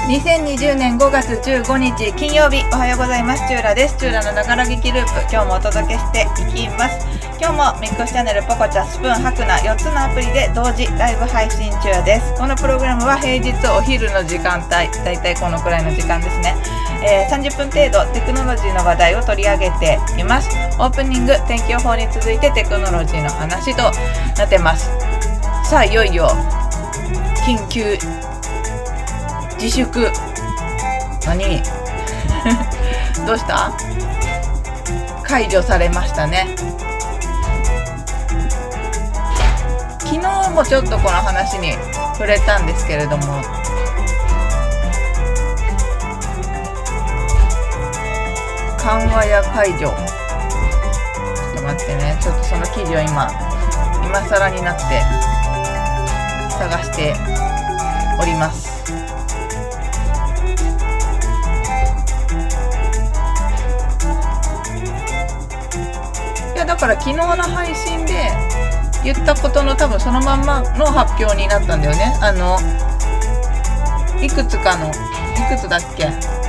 2020年5月15日金曜日、おはようございます。チューラです。チューラのながら劇ループ、今日もお届けしていきます。今日もミックスチャンネル、ポコチャ、スプーン、ハクナ4つのアプリで同時ライブ配信中です。このプログラムは平日お昼の時間帯、だいたいこのくらいの時間ですね、30分程度テクノロジーの話題を取り上げています。オープニング、天気予報に続いてテクノロジーの話となってます。さあ、いよいよ緊急自粛。何どうした？解除されましたね。昨日もちょっとこの話に触れたんですけれども、緩和や解除、ちょっと待ってね、ちょっとその記事を今更になって探しております。だから昨日の配信で言ったことの多分そのまんまの発表になったんだよね。いくつだっけ、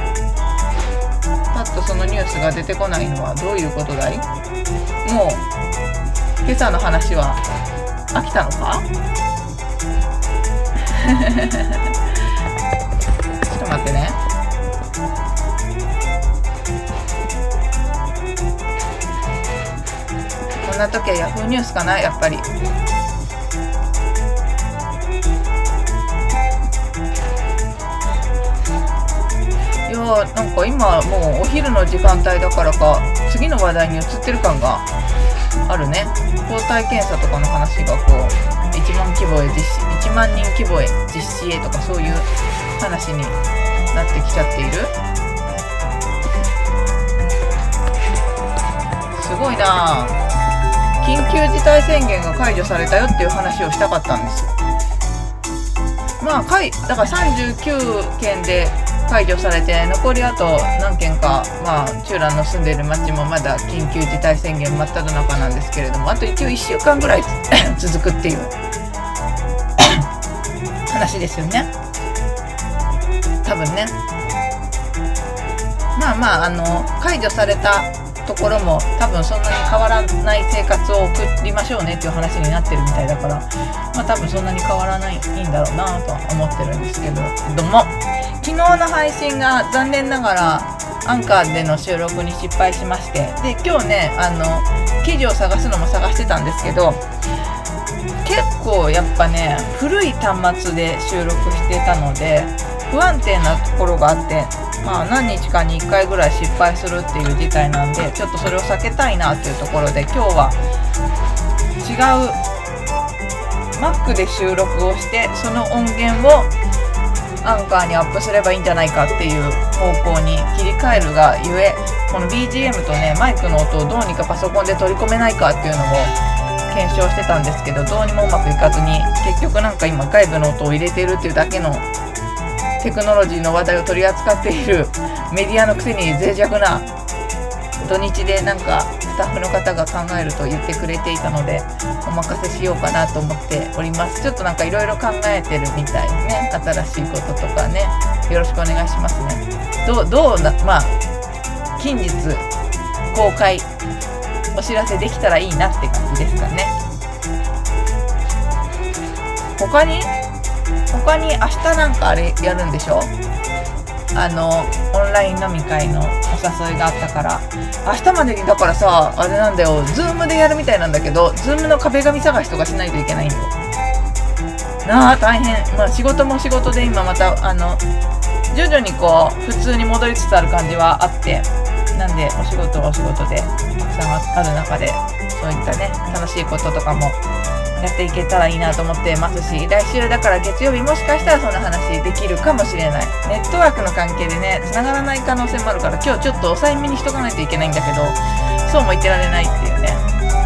パッとそのニュースが出てこないのはどういうことだい？もう今朝の話は飽きたのか？ちょっと待ってね。こんな時はヤフーニュースかな、やっぱり。いや、なんか今もうお昼の時間帯だからか、次の話題に移ってる感があるね。抗体検査とかの話がこう1万人規模へ実施へとか、そういう話になってきちゃっている。すごいなぁ。緊急事態宣言が解除されたよっていう話をしたかったんですよ。まあだから39県で解除されて、残りあと何県か、チューラの住んでいる町もまだ緊急事態宣言真っ只中なんですけれども、あと一応1週間ぐらい続くっていう話ですよね、多分ね。解除されたところも多分そんなに変わらない生活を送りましょうねっていう話になってるみたいだから、多分そんなに変わらないんだろうなとは思ってるんですけども、昨日の配信が残念ながらアンカーでの収録に失敗しまして、で今日ね、記事を探すのも探してたんですけど、結構やっぱね、古い端末で収録してたので不安定なところがあって、何日かに1回ぐらい失敗するっていう事態なんで、ちょっとそれを避けたいなっていうところで、今日は違う Mac で収録をして、その音源をアンカーにアップすればいいんじゃないかっていう方向に切り替えるがゆえ、この BGM とね、マイクの音をどうにかパソコンで取り込めないかっていうのを検証してたんですけど、どうにもうまくいかずに、結局なんか今外部の音を入れてるっていうだけのテクノロジーの話題を取り扱っているメディアのくせに脆弱な土日で、なんかスタッフの方が考えると言ってくれていたので、お任せしようかなと思っております。ちょっとなんかいろいろ考えてるみたいね。新しいこととかね、よろしくお願いしますね。近日公開お知らせできたらいいなって感じですかね。他に明日なんかあれやるんでしょ？オンライン飲み会のお誘いがあったから、明日までにだからさ、あれなんだよ、ズームでやるみたいなんだけど、ズームの壁紙探しとかしないといけないんよなあ。大変。仕事も仕事で今また徐々にこう普通に戻りつつある感じはあって、なんでお仕事はお仕事でたくさんある中で、そういったね、楽しいこととかもやっていけたらいいなと思ってますし、来週だから月曜日もしかしたらそんな話できるかもしれない。ネットワークの関係でね、繋がらない可能性もあるから、今日ちょっと抑えめにしとかないといけないんだけど、そうも言ってられないっていうね。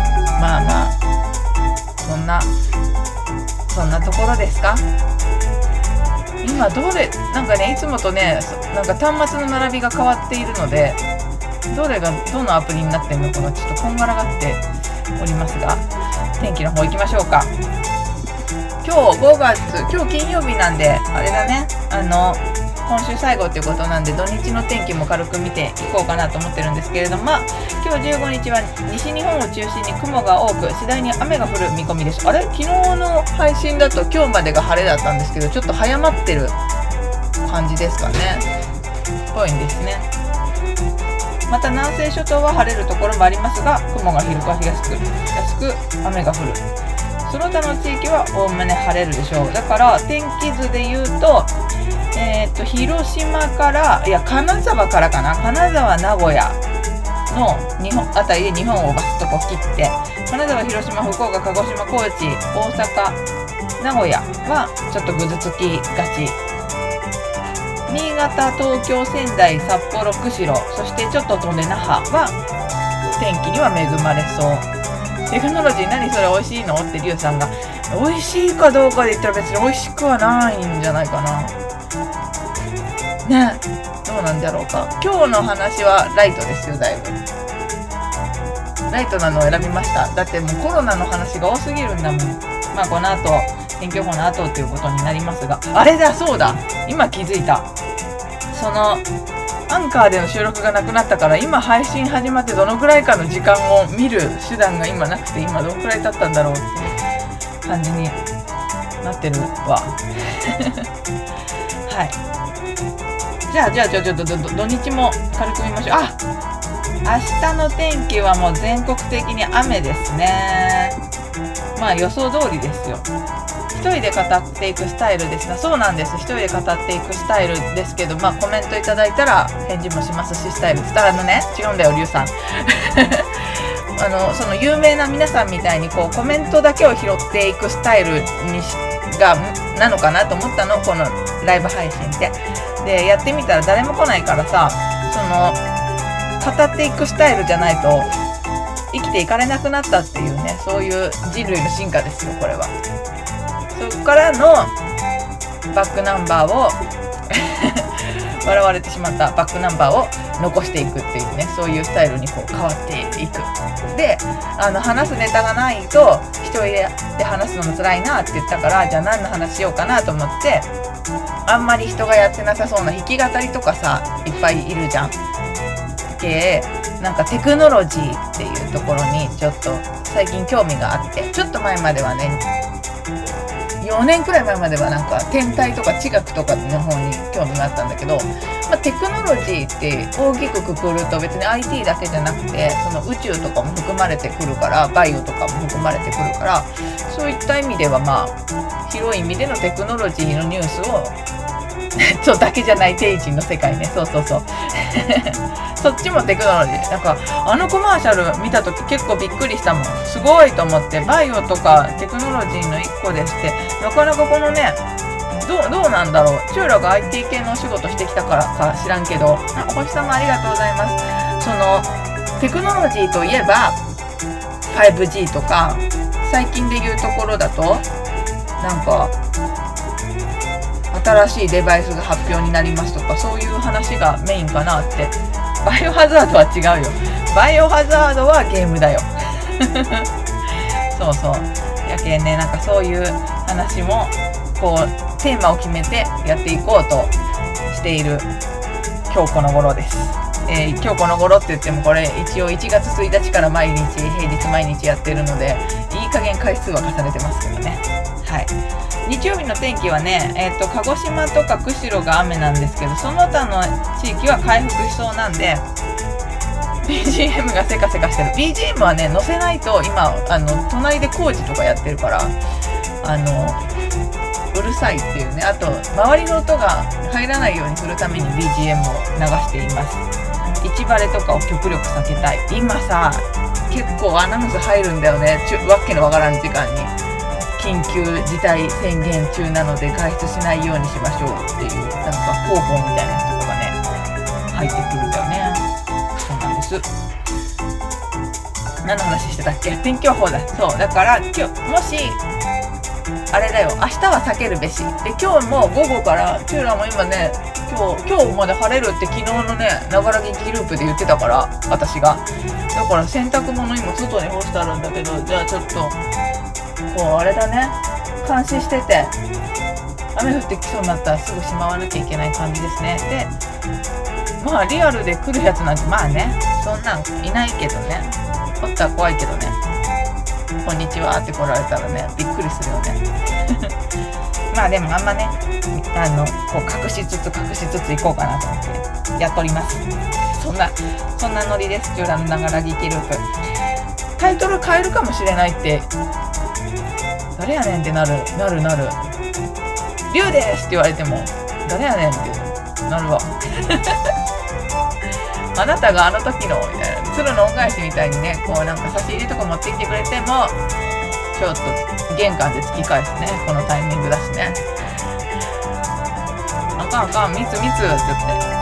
そんなところですか。今なんかね、いつもとね、なんか端末の並びが変わっているので、どのアプリになってんのかがちょっとこんがらがっておりますが、天気の方行きましょうか。今日金曜日なんで、あれだね、 今週最後ということなんで、土日の天気も軽く見ていこうかなと思ってるんですけれども、今日15日は西日本を中心に雲が多く、次第に雨が降る見込みです。あれ、昨日の配信だと今日までが晴れだったんですけど、ちょっと早まってる感じですかね。ぽいんですね。また南西諸島は晴れるところもありますが、雲が広がりやすく雨が降る。その他の地域はおおむね晴れるでしょう。だから天気図で言うと、広島から金沢からかな、金沢名古屋のあたりで日本をバスとこ切って、金沢、広島、福岡、鹿児島、高知、大阪、名古屋はちょっとぐずつきがち。新潟、東京、仙台、札幌、釧路、そしてちょっと飛んで那覇は天気には恵まれそう。テクノロジー何それ美味しいのってリュウさんが、美味しいかどうかで言ったら別に美味しくはないんじゃないかなね。どうなんだろうか。今日の話はライトですよ。だいぶライトなのを選びました。だってもうコロナの話が多すぎるんだもん。まあこの後天気予報の後ということになりますが、あれだ、そうだ、今気づいた。そのアンカーでの収録がなくなったから、今配信始まってどのくらいかの時間を見る手段が今なくて、今どのくらい経ったんだろうっていう感じになってるわはい。じゃあ土日も軽く見ましょう。明日の天気はもう全国的に雨ですね。まあ予想通りですよ。一人で語っていくスタイルですが、そうなんです。一人で語っていくスタイルですけど、まあコメントいただいたら返事もしますし、スタイルね、違うんだよ、リュウさんその有名な皆さんみたいにこうコメントだけを拾っていくスタイルなのかなと思ったの、このライブ配信ってでやってみたら誰も来ないからさ、その語っていくスタイルじゃないと生きていかれなくなったっていうね、そういう人類の進化ですよ、これは。そこからのバックナンバーを笑われてしまったバックナンバーを残していくっていうね、そういうスタイルにこう変わっていく。で、話すネタがないと一人で話すのも辛いなって言ったから、じゃあ何の話しようかなと思って、あんまり人がやってなさそうな弾き語りとかさ、いっぱいいるじゃん。なんかテクノロジーっていうところにちょっと最近興味があって、ちょっと前まではね、4年くらい前まではなんか天体とか地学とかの方に興味があったんだけど、テクノロジーって大きくくくると別に IT だけじゃなくて、その宇宙とかも含まれてくるから、バイオとかも含まれてくるから、そういった意味ではまあ広い意味でのテクノロジーのニュースをそうだけじゃない定人の世界ね、そうそっちもテクノロジー。なんかコマーシャル見た時結構びっくりしたもん。すごいと思って、バイオとかテクノロジーの一個ですって、なかなかこのね、どうなんだろう。チューラが IT 系のお仕事してきたからか知らんけど、お星様ありがとうございます。そのテクノロジーといえば 5G とか、最近で言うところだとなんか新しいデバイスが発表になりますとか、そういう話がメインかなって。バイオハザードは違うよ。バイオハザードはゲームだよそうやけんね、なんかそういう話もこうテーマを決めてやっていこうとしている今日この頃です。今日この頃って言っても、これ一応1月1日から平日毎日やってるので、いい加減回数は重ねてますけどね。はい。日曜日の天気はね、鹿児島とか釧路が雨なんですけど、その他の地域は回復しそうなんで、BGM がせかせかしてる。BGM はね、載せないと、今隣で工事とかやってるから、うるさいっていうね。あと周りの音が入らないようにするために BGM を流しています。市バレとかを極力避けたい。今さ、結構アナウンス入るんだよね、わけのわからん時間に。緊急事態宣言中なので外出しないようにしましょうっていう、なんか広報みたいなやつとかがね入ってくるんだよね。そうなんです。何の話してたっけ？天気予報だ。そうだから今日もしあれだよ、明日は避けるべしで、今日も午後からチューラも今ね、今日まで晴れるって昨日のねながら劇グループで言ってたから、私がだから洗濯物今外に干してあるんだけど、じゃあちょっとこうあれだね、監視してて、 雨降ってきそうになったらすぐしまわなきゃいけない感じですね。でまあリアルで来るやつなんてまあねそんなんいないけどね、おったら怖いけどね、こんにちはって来られたらねびっくりするよねまあでもあんまねこう隠しつつ行こうかなと思ってやっております。そんなノリです。チューラのながら聞きループ。タイトル変えるかもしれないって誰やねんってなるリュウですって言われても誰やねんってなるわあなたがあの時のみたいな鶴の恩返しみたいにね、こうなんか差し入れとか持ってきてくれてもちょっと玄関で突き返すね、このタイミングだしね、あかん密って言って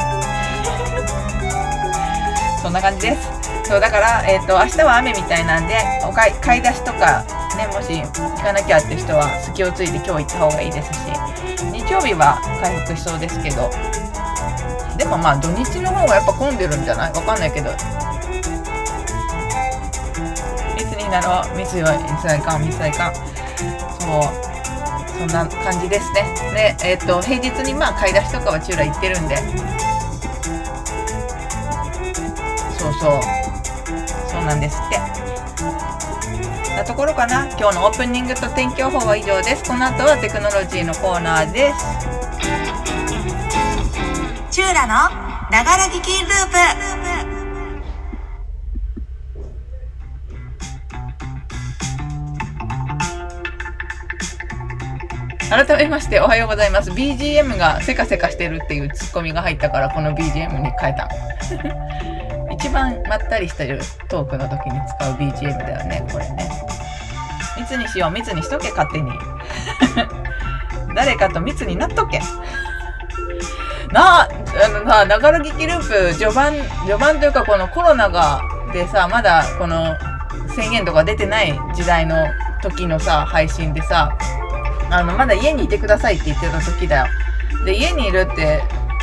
そんな感じです。そうだから明日は雨みたいなんで買い出しとかね、もし行かなきゃって人は隙をついて今日行った方がいいですし、日曜日は回復しそうですけど、でもまあ土日の方がやっぱ混んでるんじゃない？わかんないけど、密になろう、密はいかん。そんな感じですね。で平日にまあ買い出しとかはチューラ行ってるんで、そうなんですって。なところかな。今日のオープニングと天気予報は以上です。この後はテクノロジーのコーナーです。 チューラのながら聞きループ。改めましておはようございます。 BGM がせかせかしてるっていうツッコミが入ったからこの BGM に変えた一番まったりしてるトークの時に使う BGM だよね、これね。密にしよう、密にしとけ、勝手に誰かと密になっとけながら聞きループ序盤というか、このコロナがでさ、まだこの宣言とか出てない時代の時のさ配信でさ、まだ家にいてくださいって言ってた時だよ。で家にいるって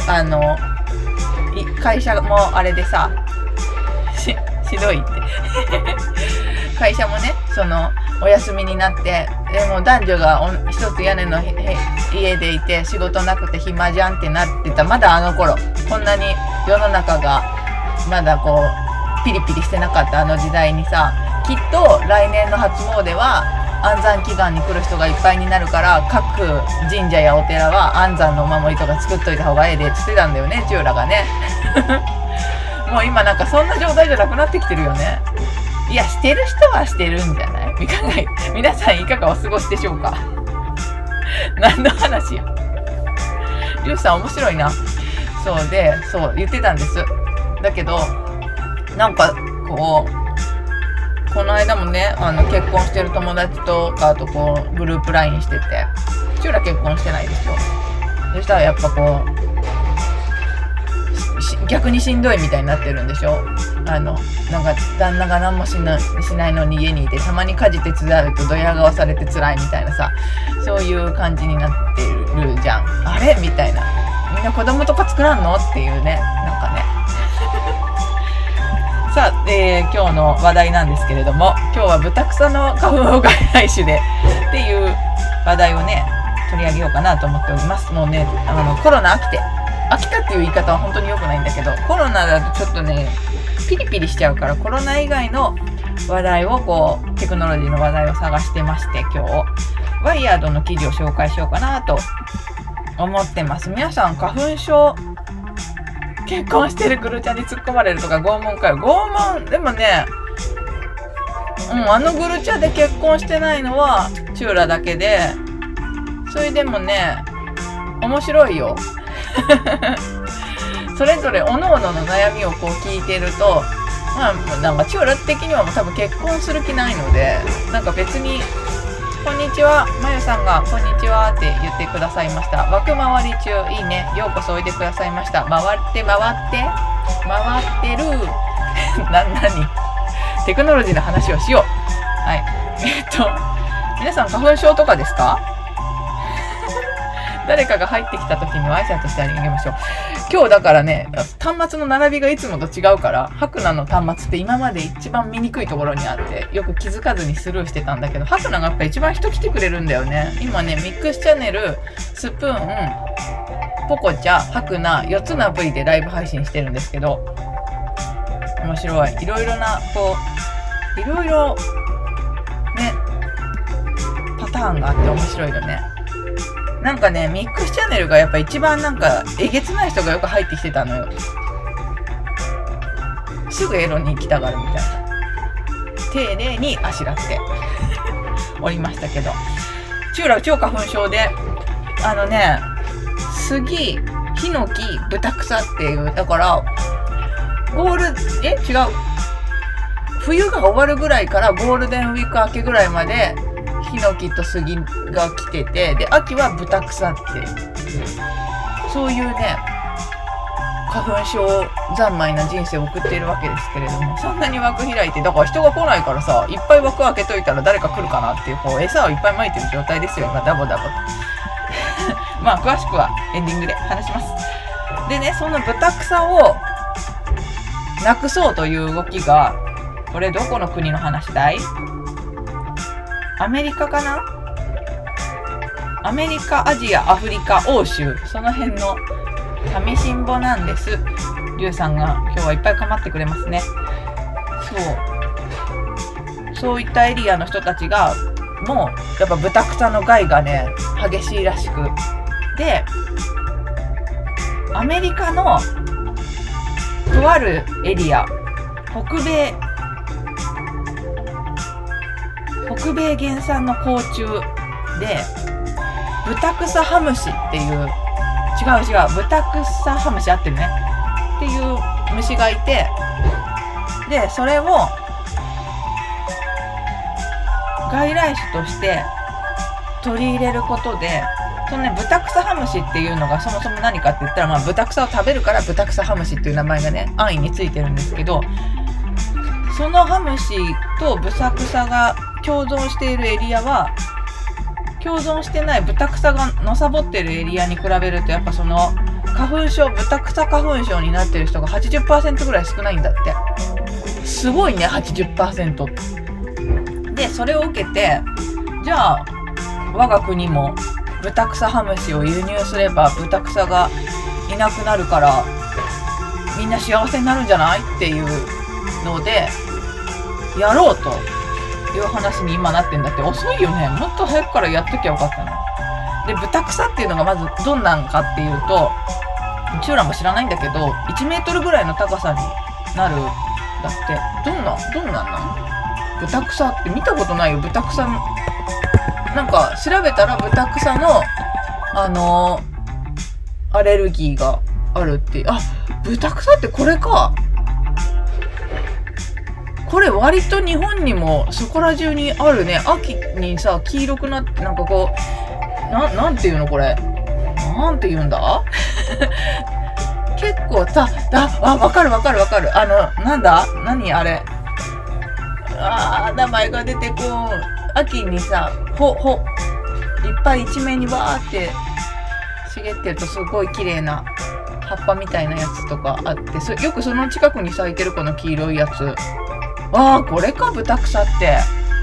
会社もあれでさひどいって会社もねお休みになって、でも男女が一つ屋根の家でいて仕事なくて暇じゃんってなってた、まだあの頃、こんなに世の中がまだこうピリピリしてなかったあの時代にさ、きっと来年の初詣は安産祈願に来る人がいっぱいになるから、各神社やお寺は安産のお守りとか作っといた方がええでって言ってたんだよね、チューラがねもう今なんかそんな状態じゃなくなってきてるよね。いや、してる人はしてるんじゃない？皆さんいかがお過ごしでしょうか何の話よ。りゅうさん面白いな。そう言ってたんです。だけどなんかこの間もね、結婚してる友達とかとこうグループ LINE してて、チューラ結婚してないでしょ。そしたらやっぱこう逆にしんどいみたいになってるんでしょ。なんか旦那が何もしないのに家にいて、たまに家事手伝うとドヤ顔されて辛いみたいなさ、そういう感じになってるじゃん。あれみたいな、みんな子供とか作らんのっていうね、なんかねさあ、今日の話題なんですけれども、今日はブタクサの花粉を外来種でっていう話題をね取り上げようかなと思っております。もうね、コロナ飽きたっていう言い方は本当に良くないんだけど、コロナだとちょっとねピリピリしちゃうから、コロナ以外の話題をテクノロジーの話題を探してまして、今日ワイヤードの記事を紹介しようかなと思ってます。皆さん花粉症、結婚してるグルチャに突っ込まれるとか拷問かよ。拷問でもね、あのグルチャで結婚してないのはチューラだけで、それでもね面白いよそれぞれ各々の悩みをこう聞いてると、なんかチューラ的にはもう多分結婚する気ないので、なんか別にこんにちは、まゆさんがこんにちはって言ってくださいました。枠回り中、いいね、ようこそおいでくださいました。回ってる何テクノロジーの話をしよう。はい、皆さん花粉症とかですか誰かが入ってきた時には挨拶してあげましょう。今日だからね、端末の並びがいつもと違うから、ハクナの端末って今まで一番見にくいところにあってよく気づかずにスルーしてたんだけど、ハクナがやっぱ一番人来てくれるんだよね。今ね、ミックスチャンネル、スプーン、ポコチャ、ハクナ4つの V でライブ配信してるんですけど、面白い。いろいろないろいろねパターンがあって面白いよね。なんかね、ミックスチャンネルがやっぱ一番なんかえげつない人がよく入ってきてたのよ。すぐエロに行きたがるみたいな、丁寧にあしらっておりましたけど、チューラ超花粉症で、杉、ヒノキ、ブタクサっていう、だから違う、冬が終わるぐらいからゴールデンウィーク明けぐらいまでヒノキと杉が来てて、で秋はブタクサって、そういうね花粉症三昧な人生を送っているわけですけれども、そんなに枠開いて、だから人が来ないからさ、いっぱい枠開けといたら誰か来るかなっていう、餌をいっぱい撒いてる状態ですよ今、ダボダボまあ詳しくはエンディングで話します。でね、そのブタクサをなくそうという動きが、これどこの国の話だい？アメリカかな？アメリカ、アジア、アフリカ、欧州、その辺の試しんぼなんです。リュウさんが今日はいっぱい構ってくれますね。そういったエリアの人たちがもうやっぱブタクサの害がね激しいらしく、でアメリカのとあるエリア、北米原産の甲虫でブタクサハムシっていう、ブタクサハムシ合ってるねっていう虫がいて、でそれを外来種として取り入れることで、そのねブタクサハムシっていうのがそもそも何かって言ったら、まあブタクサを食べるからブタクサハムシっていう名前がね安易についてるんですけど、そのハムシとブタクサが共存しているエリアは、共存してないブタクサがのさぼってるエリアに比べると、やっぱその花粉症、ブタクサ花粉症になってる人が 80% ぐらい少ないんだって。すごいね、 80% で、それを受けて、じゃあ我が国もブタクサハムシを輸入すればブタクサがいなくなるからみんな幸せになるんじゃないっていうのでやろうという話に今なってんだって。遅いよね、もっと早くからやっときゃよかったの。でブタクサっていうのがまずどんなんかっていうと、チューラも知らないんだけど1メートルぐらいの高さになるんだって。どんなんブタクサって見たことないよ。ブタクサのなんか調べたらブタクサのアレルギーがあるって。あ、ブタクサってこれか。これ割と日本にもそこら中にあるね。秋にさ黄色くなって、なんかこうなんていうのこれ、なんて言うんだ結構さ、わかる。なんだ何あれ、名前が出てこん。秋にさいっぱい一面にわーって茂ってるとすごい綺麗な葉っぱみたいなやつとかあって、よくその近くに咲いてるこの黄色いやつ。これか、ブタクサって。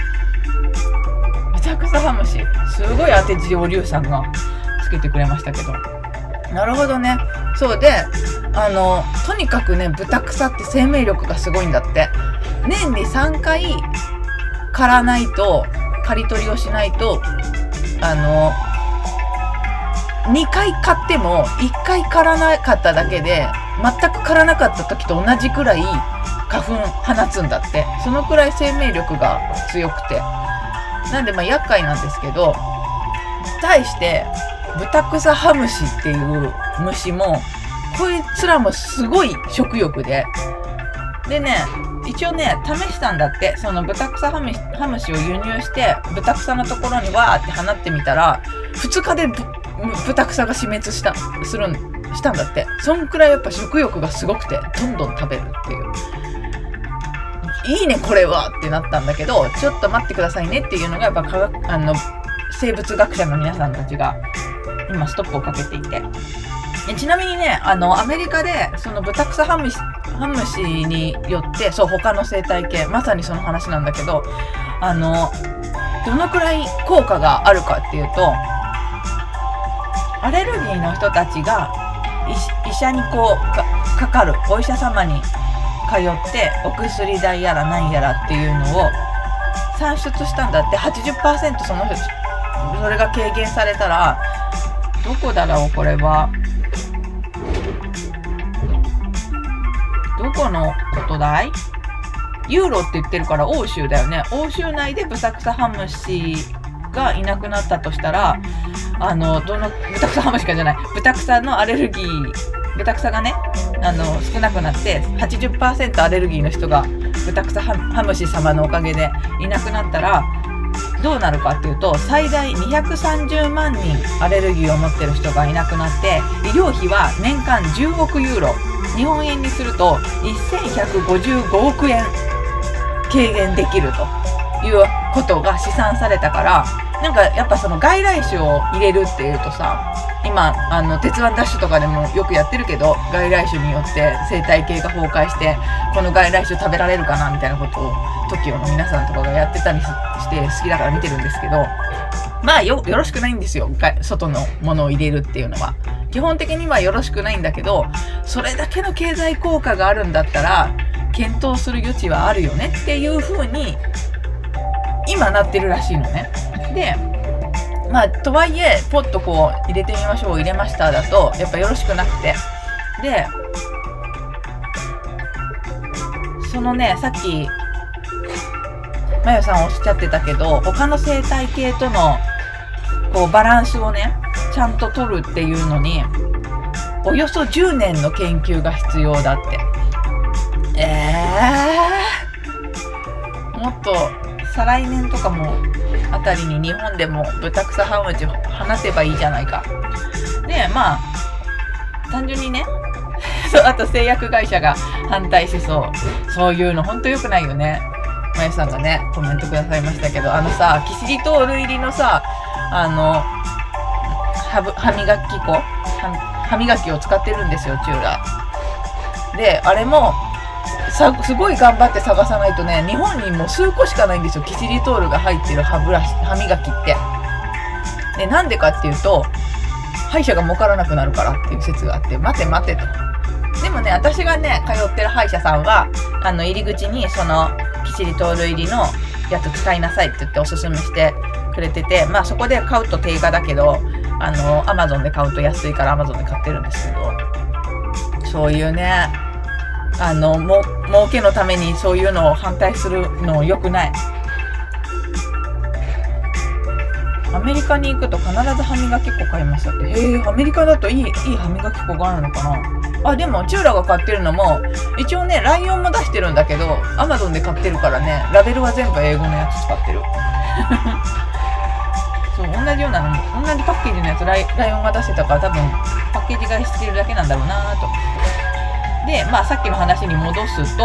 ブタクサハムシ、すごい当て字をリュウさんがつけてくれましたけど、なるほどね。そうで、とにかくねブタクサって生命力がすごいんだって。年に3回刈り取りをしないと、2回刈っても1回刈らなかっただけで、全く刈らなかった時と同じくらい花粉放つんだって。そのくらい生命力が強くて、なんで厄介なんですけど、対してブタクサハムシっていう虫も、こいつらもすごい食欲でね、一応ね試したんだって。そのブタクサハムシを輸入してブタクサのところにわーって放ってみたら、2日でブタクサが死滅したんだって。そんくらいやっぱ食欲がすごくて、どんどん食べるっていう。いいねこれはってなったんだけど、ちょっと待ってくださいねっていうのがやっぱ生物学者の皆さんたちが今ストップをかけていて、ちなみにね、アメリカでそのブタクサハムシによって、そう他の生態系、まさにその話なんだけど、どのくらい効果があるかっていうと、アレルギーの人たちが医者にこうかかる、お医者様に通ってお薬代やら何やらっていうのを算出したんだって。 80% それが軽減されたら、どこだろう、これはどこのことだい？ユーロって言ってるから欧州だよね。欧州内でブタクサハムシがいなくなったとしたら、ブタクサハムシかじゃない、ブタクサのアレルギー、ブタクサがね、少なくなって 80% アレルギーの人がブタクサハムシ様のおかげでいなくなったら、どうなるかっていうと、最大230万人アレルギーを持ってる人がいなくなって、医療費は年間10億ユーロ、日本円にすると1155億円軽減できるということが試算されたから、なんかやっぱその外来種を入れるっていうとさ、今鉄腕ダッシュとかでもよくやってるけど、外来種によって生態系が崩壊して、この外来種食べられるかなみたいなことを TOKIO の皆さんとかがやってたりして好きだから見てるんですけど、まあ よろしくないんですよ、外のものを入れるっていうのは。基本的にはよろしくないんだけど、それだけの経済効果があるんだったら検討する余地はあるよねっていう風に今なってるらしいのね。で、まあとはいえポッとこう入れてみましょう、入れましただとやっぱよろしくなくて、でそのね、さっきまゆさんおっしゃってたけど、他の生態系とのこうバランスをねちゃんと取るっていうのにおよそ10年の研究が必要だって。もっと再来年とかもあたりに日本でもブタクサハムシ放てばいいじゃないか。で、まあ単純にねあと製薬会社が反対しそう。そういうのほんと良くないよね。まゆさんがねコメントくださいましたけど、さ、キシリトール入りのさ、歯磨きを使ってるんですよ、チューラ。で、あれもすごい頑張って探さないとね、日本にも数個しかないんですよ、キシリトールが入ってる歯磨きって。で、なんでかっていうと、歯医者が儲からなくなるからっていう説があって、待てと。でもね、私がね通ってる歯医者さんは入り口にそのキシリトール入りのやつ使いなさいって言っておすすめしてくれてて、まあそこで買うと定価だけど、Amazon で買うと安いから Amazon で買ってるんですけど、そういうね、儲けのためにそういうのを反対するの良くない。アメリカに行くと必ず歯磨き粉買いますって。へえ、アメリカだといい歯磨き粉があるのかな。でもチューラが買ってるのも一応ね、ライオンも出してるんだけど Amazon で買ってるからね、ラベルは全部英語のやつ使ってるそう、同じようなのに、同じパッケージのやつライオンが出してたから、多分パッケージ買いしてるだけなんだろうなと思って。で、まあさっきの話に戻すと、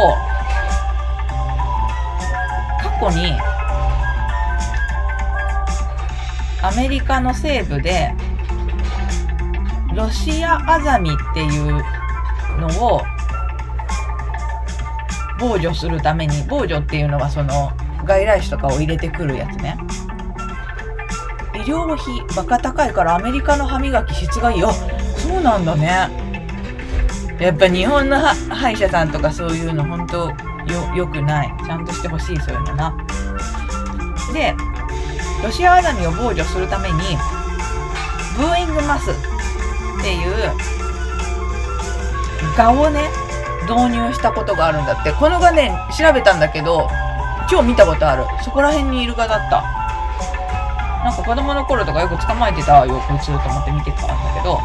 過去にアメリカの西部でロシアアザミっていうのを防除するために、防除っていうのはその外来種とかを入れてくるやつね。医療費バカ高いからアメリカの歯磨き質がいいよ。そうなんだね。やっぱ日本の歯医者さんとかそういうの本当よくない。ちゃんとしてほしい、そういうのな。で、ロシアアザミを防除するためにブーイングマスっていう蛾をね導入したことがあるんだって。この蛾ね、調べたんだけど超見たことある。そこら辺にいる蛾だった。なんか子供の頃とかよく捕まえてたよこいつと思って見てたんだけど、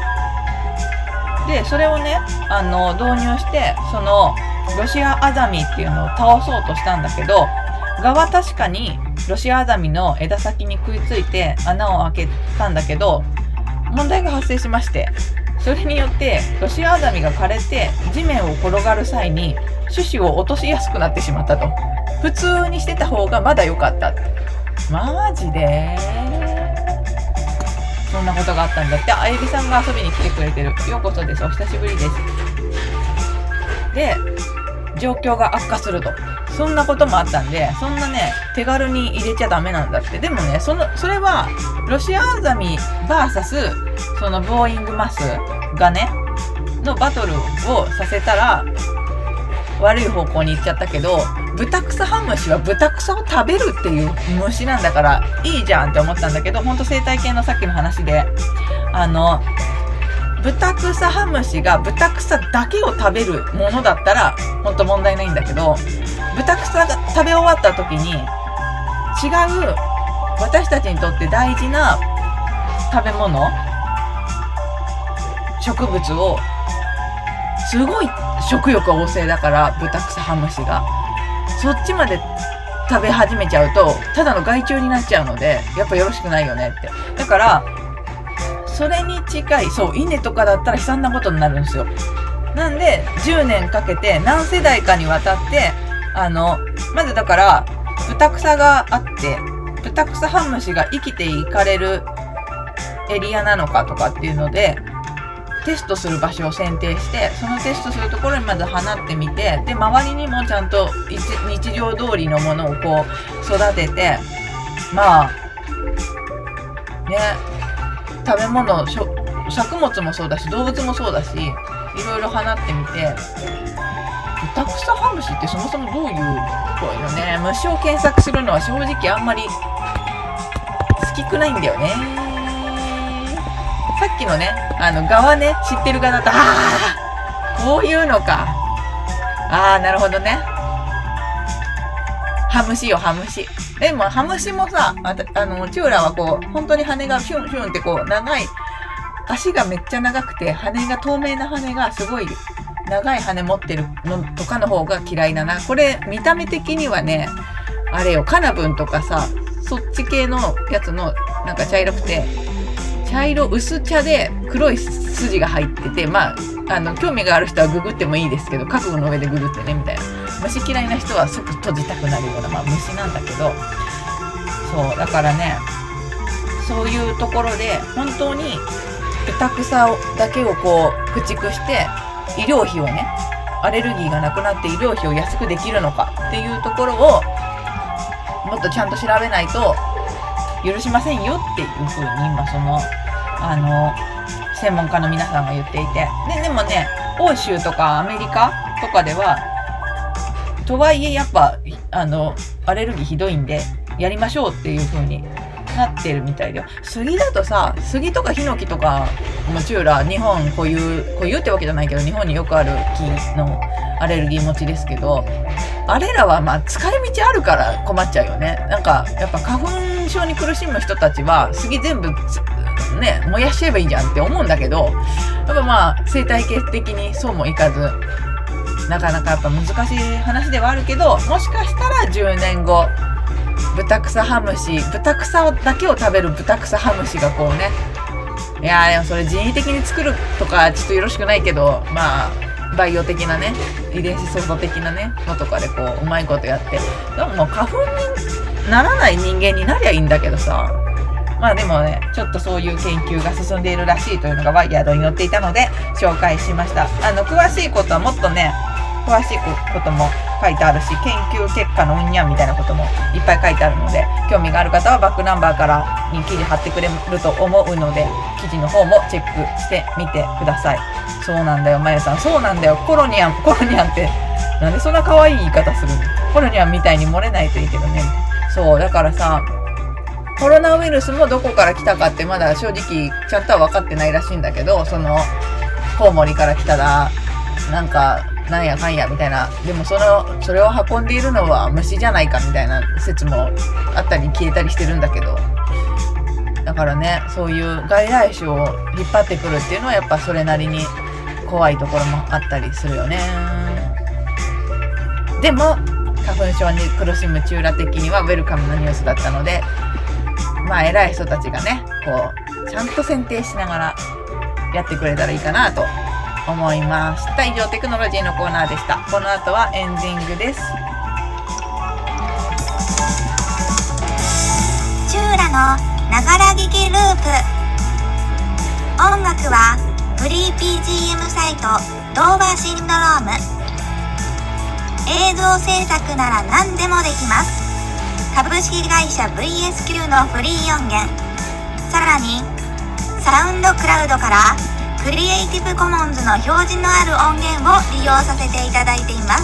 でそれをね導入して、そのロシアアザミっていうのを倒そうとしたんだけど、蛾は確かにロシアアザミの枝先に食いついて穴を開けたんだけど、問題が発生しまして、それによってロシアアザミが枯れて地面を転がる際に種子を落としやすくなってしまったと。普通にしてた方がまだ良かったって。マジでそそんなことがあったんだって。あゆりさんが遊びに来てくれてる。ようこそです。お久しぶりです。で、状況が悪化すると。そんなこともあったんで、そんなね、手軽に入れちゃダメなんだって。でもね、それは、ロシアアザミ VS、そのボーイングマスがね、のバトルをさせたら、悪い方向に行っちゃったけど、ブタクサハムシはブタクサを食べるっていう虫なんだからいいじゃんって思ったんだけど、ほんと生態系のさっきの話で、ブタクサハムシがブタクサだけを食べるものだったらほんと問題ないんだけど、ブタクサが食べ終わった時に違う私たちにとって大事な食べ物、植物をすごい食欲旺盛だから、ブタクサハムシがそっちまで食べ始めちゃうとただの害虫になっちゃうので、やっぱよろしくないよねって。だからそれに近い、そう、稲とかだったら悲惨なことになるんですよ。なんで10年かけて何世代かにわたってまずだからブタクサがあって、ブタクサハムシが生きていかれるエリアなのかとかっていうのでテストする場所を選定して、そのテストするところにまず放ってみて、で周りにもちゃんと日常通りのものをこう育てて、まあね、食べ物、作物もそうだし動物もそうだし、いろいろ放ってみて、ブタクサハムシってそもそもどういうこういうね、虫を検索するのは正直あんまり好きくないんだよね。さっきのね、側ね、知ってる側だと、こういうのか。なるほどね。ハムシよ、ハムシ。でも、ハムシもさ、チューラはこう、本当に羽がシュンシュンってこう、長い、足がめっちゃ長くて、羽が、透明な羽がすごい、長い羽持ってるのとかの方が嫌いだな。これ、見た目的にはね、あれよ、カナブンとかさ、そっち系のやつの、なんか茶色くて、茶色薄茶で黒い筋が入ってて、まあ、興味がある人はググってもいいですけど、覚悟の上でググってねみたいな。虫嫌いな人は即閉じたくなるような、まあ、虫なんだけど、そうだからね、そういうところで本当にブタクサだけをこう駆逐して医療費をね、アレルギーがなくなって医療費を安くできるのかっていうところをもっとちゃんと調べないと許しませんよっていう風に今その専門家の皆さんが言っていて、でもね、欧州とかアメリカとかではとはいえやっぱアレルギーひどいんでやりましょうっていう風になってるみたいで、杉だとさ、杉とかヒノキとかもちろん日本固有ってわけじゃないけど日本によくある木のアレルギー持ちですけど、あれらはまあ使い道あるから困っちゃうよね。なんかやっぱ花粉症に苦しむ人たちは杉全部ね燃やしちゃえばいいじゃんって思うんだけど、やっぱまあ生態系的にそうもいかず、なかなかやっぱ難しい話ではあるけど、もしかしたら10年後ブタクサハムシ、ブタクサだけを食べるブタクサハムシがこうね、いやーでもそれ人為的に作るとかちょっとよろしくないけど、まあバイオ的なね、遺伝子操作的なねのとかでこううまいことやって、でももう花粉にならない人間になりゃいいんだけどさ、まあでもね、ちょっとそういう研究が進んでいるらしいというのがワイヤードに載っていたので紹介しました。詳しいことはもっとね、詳しいことも書いてあるし、研究結果のうんにゃんみたいなこともいっぱい書いてあるので、興味がある方はバックナンバーからに記事貼ってくれると思うので、記事の方もチェックしてみてください。そうなんだよ、まゆさん、そうなんだよ、コロニャンってなんでそんな可愛い言い方するの。コロニャンみたいに漏れないといいけどね。そうだからさ、コロナウイルスもどこから来たかってまだ正直ちゃんとは分かってないらしいんだけど、そのコウモリから来たらなんかなんやかんやみたいな、でもそれを運んでいるのは虫じゃないかみたいな説もあったり消えたりしてるんだけど、だからね、そういう外来種を引っ張ってくるっていうのはやっぱそれなりに怖いところもあったりするよね。でも花粉症に苦しむチューラ的にはウェルカムなニュースだったので、まあ偉い人たちがねこうちゃんと選定しながらやってくれたらいいかなと思いました。以上、テクノロジーのコーナーでした。この後はエンディングです。 チューラのながら聞きループ。 BGM サイトドーバーシンドローム。映像制作なら何でもできます。株式会社 VSQ のフリー音源、さらにサウンドクラウドからクリエイティブコモンズの表示のある音源を利用させていただいています。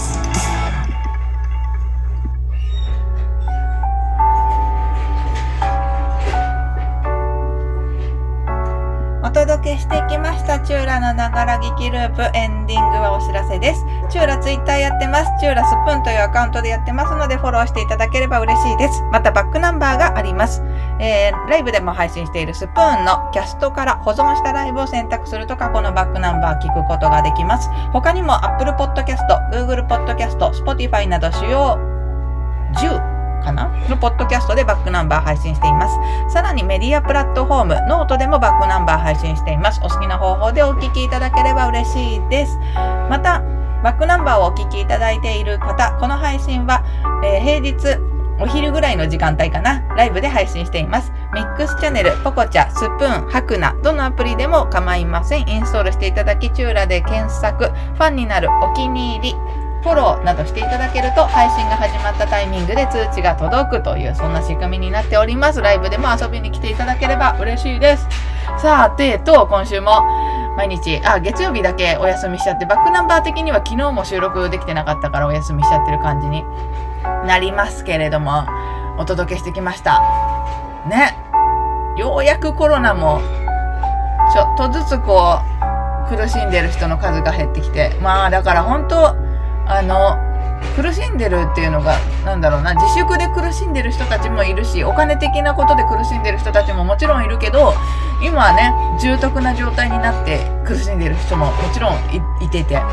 お届けしてきましたチューラのながら聞きループ、エンディングはお知らせです。チューラツイッターやってます。チューラスプーンというアカウントでやってますのでフォローしていただければ嬉しいです。またバックナンバーがあります。ライブでも配信しているスプーンのキャストから保存したライブを選択すると過去のバックナンバー聞くことができます。他にも Apple Podcast、Google Podcast、Spotify など主要10かなのポッドキャストでバックナンバー配信しています。さらにメディアプラットフォームノートでもバックナンバー配信しています。お好きな方法でお聞きいただければ嬉しいです。またバックナンバーをお聞きいただいている方、この配信は、平日お昼ぐらいの時間帯かな、ライブで配信しています。ミックスチャンネル、ポコチャ、スプーン、ハクナ、どのアプリでも構いません。インストールしていただき、チューラで検索、ファンになる、お気に入り、フォローなどしていただけると配信が始まったタイミングで通知が届くという、そんな仕組みになっております。ライブでも遊びに来ていただければ嬉しいです。さて今週も毎日月曜日だけお休みしちゃって、バックナンバー的には昨日も収録できてなかったからお休みしちゃってる感じになりますけれども、お届けしてきましたね。ようやくコロナもちょっとずつ苦しんでる人の数が減ってきて、だから本当苦しんでるっていうのが自粛で苦しんでる人たちもいるし、お金的なことで苦しんでる人たちももちろんいるけど、今はね重篤な状態になって苦しんでる人ももちろん いてて、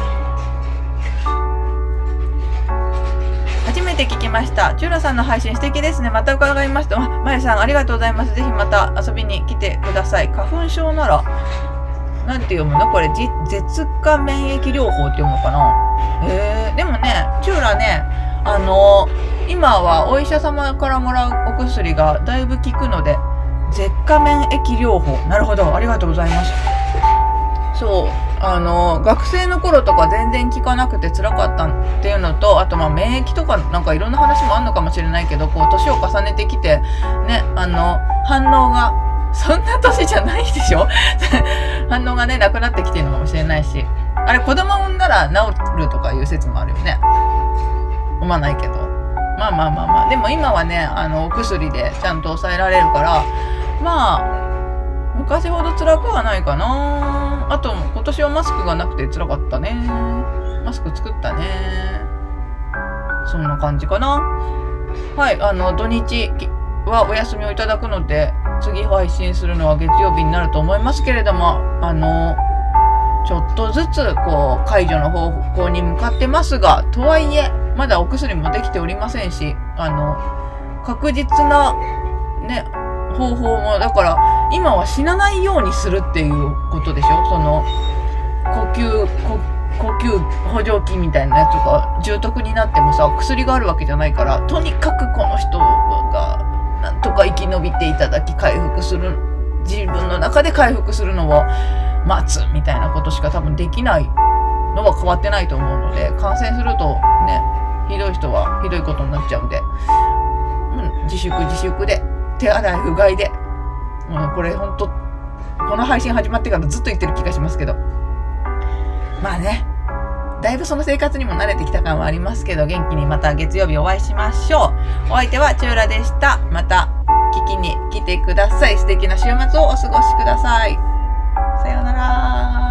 初めて聞きました。チューラさんの配信素敵ですね。また伺いました。まゆさんありがとうございます。ぜひまた遊びに来てください。花粉症ならなんて読むのこれ、舌下免疫療法って読むのかな。でもね、チューラね、今はお医者様からもらうお薬がだいぶ効くので、舌下免疫療法。なるほど、ありがとうございます。そう、学生の頃とか全然効かなくて辛かったっていうのと、あと免疫とかなんかいろんな話もあるのかもしれないけど、年を重ねてきてね、反応がそんな年じゃないでしょ反応がねなくなってきてるのかもしれないし、あれ子供産んだら治るとかいう説もあるよね。産まないけど、でも今はねお薬でちゃんと抑えられるから、昔ほど辛くはないかな。あと今年はマスクがなくて辛かったね。マスク作ったね。そんな感じかな。はい、土日はお休みをいただくので、次配信するのは月曜日になると思いますけれども、ちょっとずつ解除の方向に向かってますが、とはいえまだお薬もできておりませんし、確実なね方法も、だから今は死なないようにするっていうことでしょ。その呼吸補助器みたいなやつが重篤になってもさ、薬があるわけじゃないから、とにかくこの人がなんとか生き延びていただき回復する、自分の中で回復するのを待つみたいなことしか多分できないのは変わってないと思うので、感染するとねひどい人はひどいことになっちゃうんで、自粛で手洗いうがいで、これほんとこの配信始まってからずっと言ってる気がしますけど、だいぶその生活にも慣れてきた感はありますけど、元気にまた月曜日お会いしましょう。お相手はチューラでした。また聞きに来てください。素敵な週末をお過ごしください。さようなら。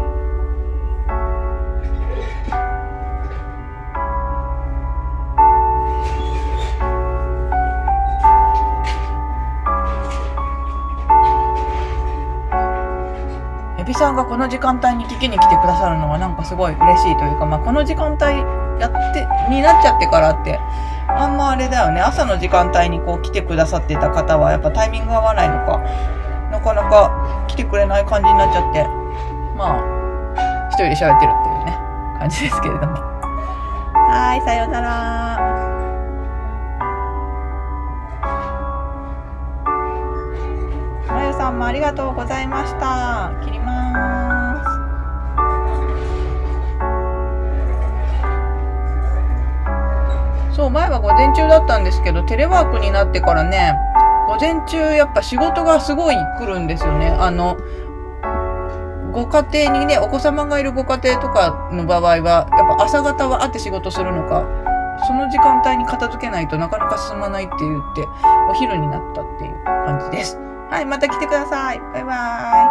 エビさんがこの時間帯に聞きに来てくださるのはなんかすごい嬉しいというか、この時間帯になっちゃってからってあんまあれだよね。朝の時間帯に来てくださってた方はやっぱタイミング合わないのか、なかなか来てくれない感じになっちゃって、一人で喋ってるっていうね感じですけれども、はい、さようなら。まゆさんもありがとうございました。切ります。 そう、前は午前中だったんですけど、テレワークになってからね、午前中やっぱ仕事がすごい来るんですよね。ご家庭にね、お子様がいるご家庭とかの場合は、やっぱ朝方はあって仕事するのか、その時間帯に片付けないとなかなか進まないって言って、お昼になったっていう感じです。はい、また来てください。バイバーイ。